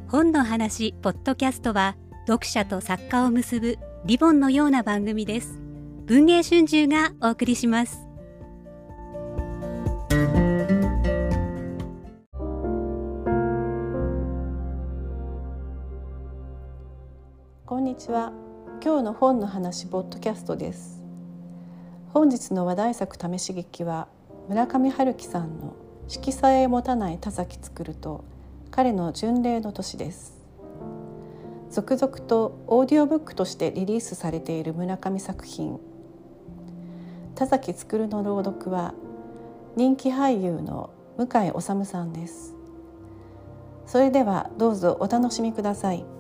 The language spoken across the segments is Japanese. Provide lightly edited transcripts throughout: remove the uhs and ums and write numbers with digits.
本の話ポッドキャストは読者と作家を結ぶリボンのような番組です。文藝春秋がお送りします。 こんにちは。今日の本の話ポッドキャストです。本日の話題作試し劇は村上春樹さんの色彩を持たない田崎作と彼の巡礼の年です。続々とオーディオブックとしてリリースされている村上作品。田崎作の朗読は人気俳優の向井理さんです。それではどうぞお楽しみください。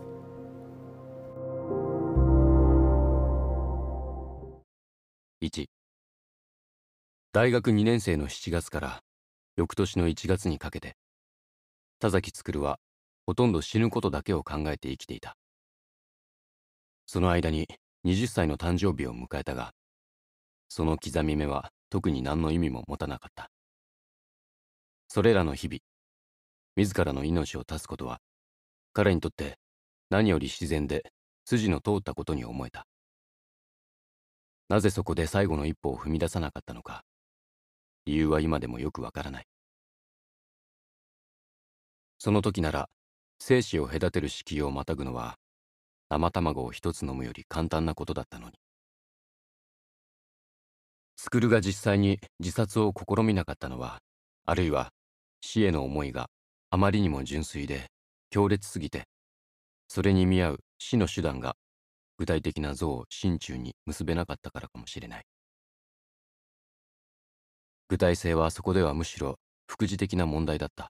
1、大学2年生の7月から翌年の1月にかけて、田崎作はほとんど死ぬことだけを考えて生きていた。その間に20歳の誕生日を迎えたが、その刻み目は特に何の意味も持たなかった。それらの日々、自らの命を絶つことは、彼にとって何より自然で筋の通ったことに思えた。なぜそこで最後の一歩を踏み出さなかったのか、理由は今でもよくわからない。その時なら、生死を隔てる敷居をまたぐのは、生卵を一つ飲むより簡単なことだったのに。作が実際に自殺を試みなかったのは、あるいは死への思いがあまりにも純粋で強烈すぎて、それに見合う死の手段が具体的な像を心中に結べなかったからかもしれない。具体性はそこではむしろ副次的な問題だった。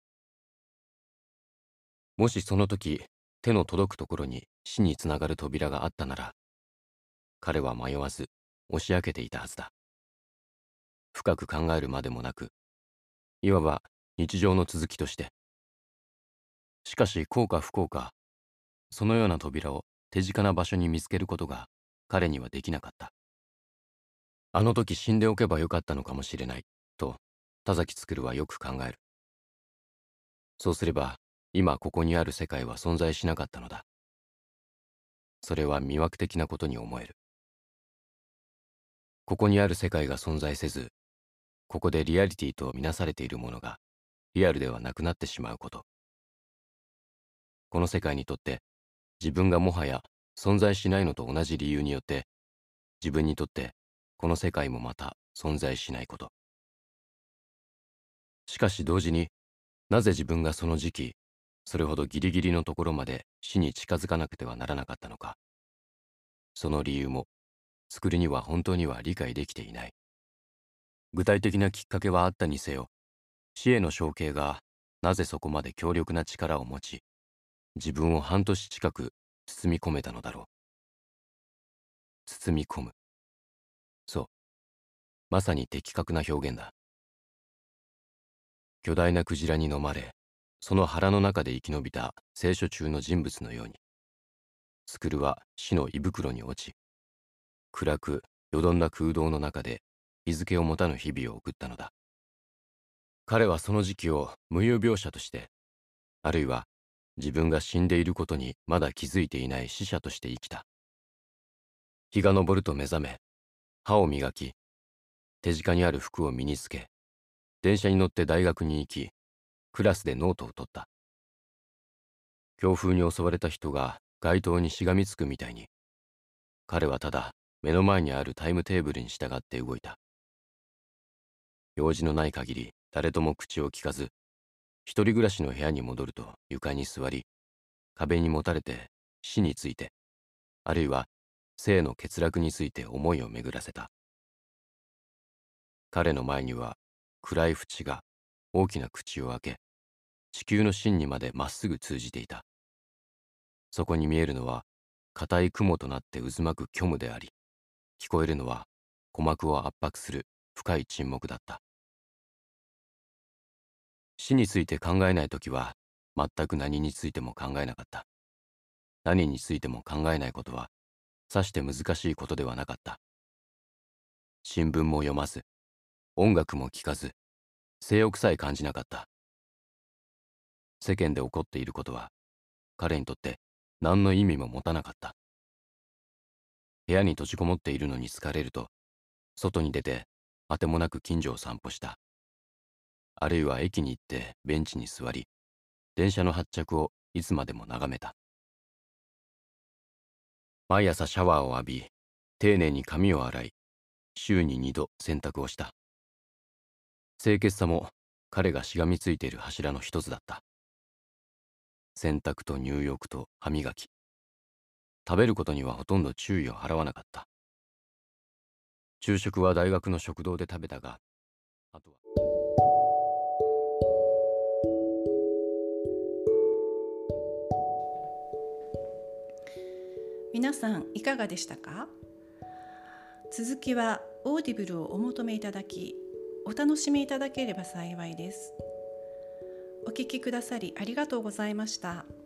もしその時手の届くところに死につながる扉があったなら、彼は迷わず押し開けていたはずだ。深く考えるまでもなく、いわば日常の続きとして。しかし幸か不幸か、そのような扉を手近な場所に見つけることが彼にはできなかった。あの時死んでおけばよかったのかもしれないと田崎作はよく考える。そうすれば今ここにある世界は存在しなかったのだ。それは魅惑的なことに思える。ここにある世界が存在せず、ここでリアリティとみなされているものがリアルではなくなってしまうこと。この世界にとって自分がもはや存在しないのと同じ理由によって、自分にとってこの世界もまた存在しないこと。しかし同時に、なぜ自分がその時期、それほどギリギリのところまで死に近づかなくてはならなかったのか。その理由も作るには本当には理解できていない。具体的なきっかけはあったにせよ、死への承継がなぜそこまで強力な力を持ち、自分を半年近く包み込めたのだろう。包み込む。そう。まさに的確な表現だ。巨大なクジラに飲まれ、その腹の中で生き延びた聖書中の人物のように、作は死の胃袋に落ち、暗くよどんだ空洞の中で日付を持たぬ日々を送ったのだ。彼はその時期を無有描写として、あるいは自分が死んでいることにまだ気づいていない死者として生きた。日が昇ると目覚め、歯を磨き、手近にある服を身につけ、電車に乗って大学に行き、クラスでノートを取った。強風に襲われた人が街灯にしがみつくみたいに、彼はただ目の前にあるタイムテーブルに従って動いた。用事のない限り誰とも口を聞かず、一人暮らしの部屋に戻ると床に座り、壁にもたれて死について、あるいは生の欠落について思いを巡らせた。彼の前には暗い淵が大きな口を開け、地球の芯にまでまっすぐ通じていた。そこに見えるのは硬い雲となって渦巻く虚無であり、聞こえるのは鼓膜を圧迫する深い沈黙だった。死について考えないときは全く何についても考えなかった。何についても考えないことはさして難しいことではなかった。新聞も読まず、音楽も聴かず、性欲さえ感じなかった。世間で起こっていることは彼にとって何の意味も持たなかった。部屋に閉じこもっているのに疲れると、外に出てあてもなく近所を散歩した。あるいは駅に行ってベンチに座り、電車の発着をいつまでも眺めた。毎朝シャワーを浴び、丁寧に髪を洗い、週に2度洗濯をした。清潔さも彼がしがみついている柱の一つだった。洗濯と入浴と歯磨き。食べることにはほとんど注意を払わなかった。昼食は大学の食堂で食べたが、あとは皆さんいかがでしたか？続きはオーディブルをお求めいただき、お楽しみいただければ幸いです。お聞きくださりありがとうございました。